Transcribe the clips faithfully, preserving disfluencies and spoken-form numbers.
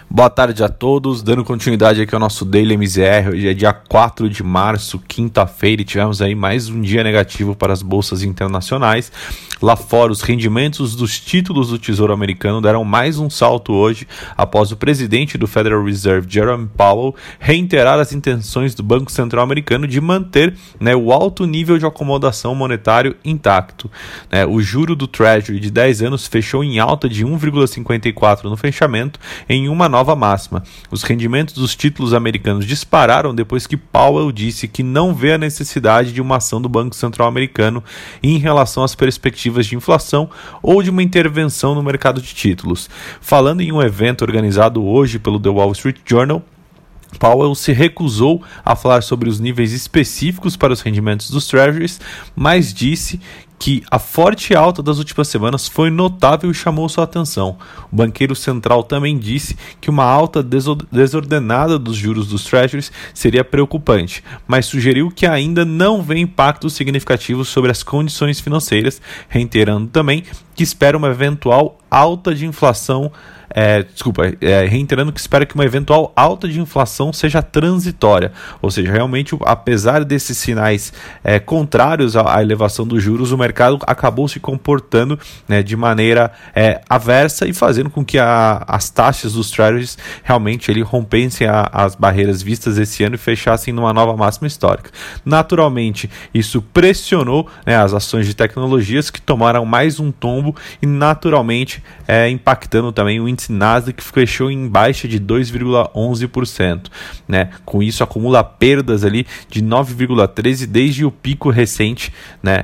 Boa tarde a todos, dando continuidade aqui ao nosso Daily M Z R. Hoje é dia quatro de março, quinta-feira, e tivemos aí mais um dia negativo para as bolsas internacionais. Lá fora, os rendimentos dos títulos do Tesouro Americano deram mais um salto hoje, após o presidente do Federal Reserve, Jerome Powell, reiterar as intenções do Banco Central Americano de manter, né, o alto nível de acomodação monetário intacto. Né, o juro do Treasury de dez anos fechou em alta de um vírgula cinquenta e quatro no fechamento, em uma nova máxima. Os rendimentos dos títulos americanos dispararam depois que Powell disse que não vê a necessidade de uma ação do Banco Central Americano em relação às perspectivas de inflação ou de uma intervenção no mercado de títulos. Falando em um evento organizado hoje pelo The Wall Street Journal, Powell se recusou a falar sobre os níveis específicos para os rendimentos dos Treasuries, mas disse que a forte alta das últimas semanas foi notável e chamou sua atenção. O banqueiro central também disse que uma alta desordenada dos juros dos Treasuries seria preocupante, mas sugeriu que ainda não vê impactos significativos sobre as condições financeiras, reiterando também que espera uma eventual alta de inflação É, desculpa, é, reiterando que espera que uma eventual alta de inflação seja transitória, ou seja, realmente, apesar desses sinais é, contrários à, à elevação dos juros, o mercado acabou se comportando, né, de maneira é, aversa e fazendo com que a, as taxas dos Treasuries realmente ele, rompessem a, as barreiras vistas esse ano e fechassem numa nova máxima histórica. Naturalmente, isso pressionou, né, as ações de tecnologias, que tomaram mais um tombo e naturalmente é, impactando também o índice Nasdaq, que fechou em baixa de dois vírgula onze por cento, né? Com isso acumula perdas ali de nove vírgula treze por cento desde o pico recente, né?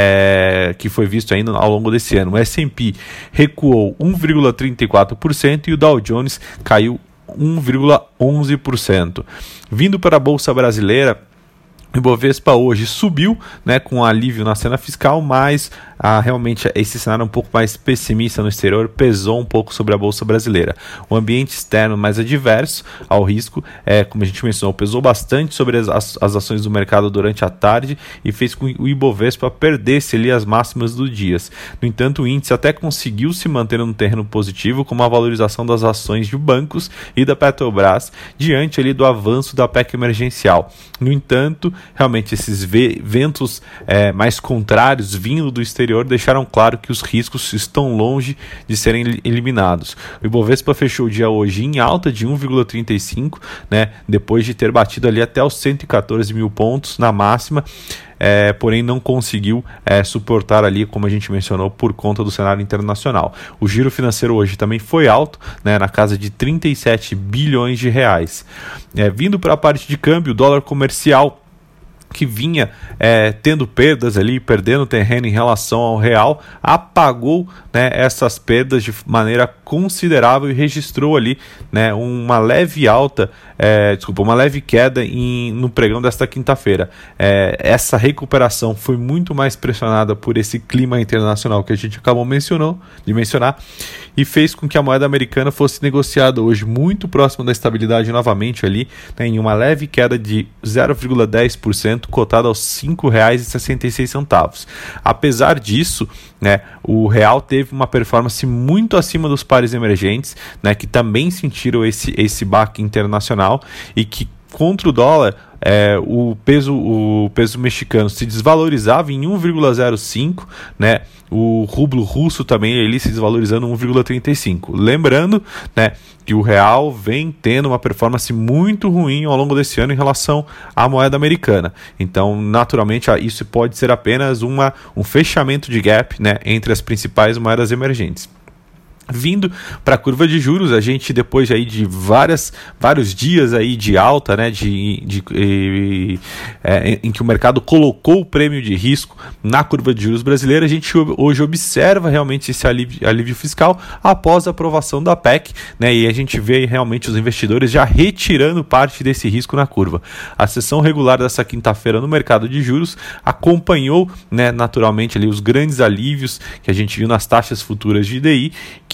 É, que foi visto ainda ao longo desse ano. O S and P recuou um vírgula trinta e quatro por cento e o Dow Jones caiu um vírgula onze por cento. Vindo para a Bolsa Brasileira, o Ibovespa hoje subiu, né, com alívio na cena fiscal, mas ah, realmente esse cenário um pouco mais pessimista no exterior pesou um pouco sobre a Bolsa Brasileira. O ambiente externo mais adverso ao risco, é, como a gente mencionou, pesou bastante sobre as, as ações do mercado durante a tarde e fez com que o Ibovespa perdesse ali as máximas do dia. No entanto, o índice até conseguiu se manter no terreno positivo, com a valorização das ações de bancos e da Petrobras, diante ali do avanço da P E C emergencial. No entanto, realmente esses ventos é, mais contrários vindo do exterior deixaram claro que os riscos estão longe de serem eliminados. O Ibovespa fechou o dia hoje em alta de um vírgula trinta e cinco, né, depois de ter batido ali até os cento e catorze mil pontos na máxima, é, porém não conseguiu é, suportar ali, como a gente mencionou, por conta do cenário internacional. O giro financeiro hoje também foi alto, né, na casa de trinta e sete bilhões de reais. É, vindo para a parte de câmbio, o dólar comercial, que vinha é, tendo perdas ali, perdendo terreno em relação ao real, apagou, né, essas perdas de maneira considerável e registrou ali, né, uma leve alta, é, desculpa, uma leve queda em, no pregão desta quinta-feira. É, essa recuperação foi muito mais pressionada por esse clima internacional que a gente acabou mencionou, de mencionar, e fez com que a moeda americana fosse negociada hoje muito próxima da estabilidade novamente ali, né, em uma leve queda de zero vírgula dez por cento, cotada aos cinco reais e sessenta e seis centavos. Apesar disso, né, o real teve uma performance muito acima dos pares emergentes, né, que também sentiram esse, esse baque internacional e que contra o dólar, é, o, peso, o peso mexicano se desvalorizava em um vírgula zero cinco, né? O rublo russo também ele se desvalorizando um vírgula trinta e cinco. Lembrando, né, que o real vem tendo uma performance muito ruim ao longo desse ano em relação à moeda americana. Então, naturalmente, isso pode ser apenas uma, um fechamento de gap, né, entre as principais moedas emergentes. Vindo para a curva de juros, a gente depois aí de várias, vários dias aí de alta, né, de, de, de, é, em que o mercado colocou o prêmio de risco na curva de juros brasileira, a gente hoje observa realmente esse alívio, alívio fiscal após a aprovação da P E C, né, e a gente vê realmente os investidores já retirando parte desse risco na curva. A sessão regular dessa quinta-feira no mercado de juros acompanhou, né, naturalmente ali os grandes alívios que a gente viu nas taxas futuras de D I, que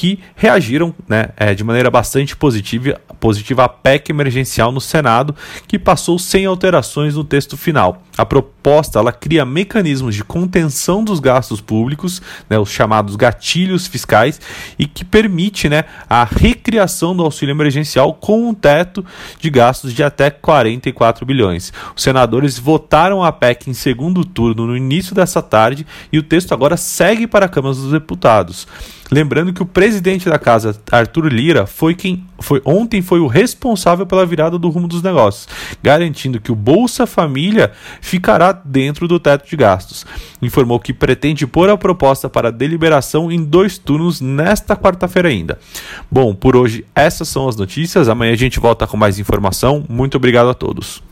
que reagiram, né, é, de maneira bastante positiva, positiva à P E C emergencial no Senado, que passou sem alterações no texto final. A proposta ela cria mecanismos de contenção dos gastos públicos, né, os chamados gatilhos fiscais, e que permite, né, a recriação do auxílio emergencial com um teto de gastos de até quarenta e quatro bilhões. Os senadores votaram a P E C em segundo turno no início dessa tarde e o texto agora segue para a Câmara dos Deputados. Lembrando que o presidente da casa, Arthur Lira, foi quem foi ontem foi o responsável pela virada do rumo dos negócios, garantindo que o Bolsa Família ficará dentro do teto de gastos. Informou que pretende pôr a proposta para deliberação em dois turnos nesta quarta-feira ainda. Bom, por hoje essas são as notícias. Amanhã a gente volta com mais informação. Muito obrigado a todos.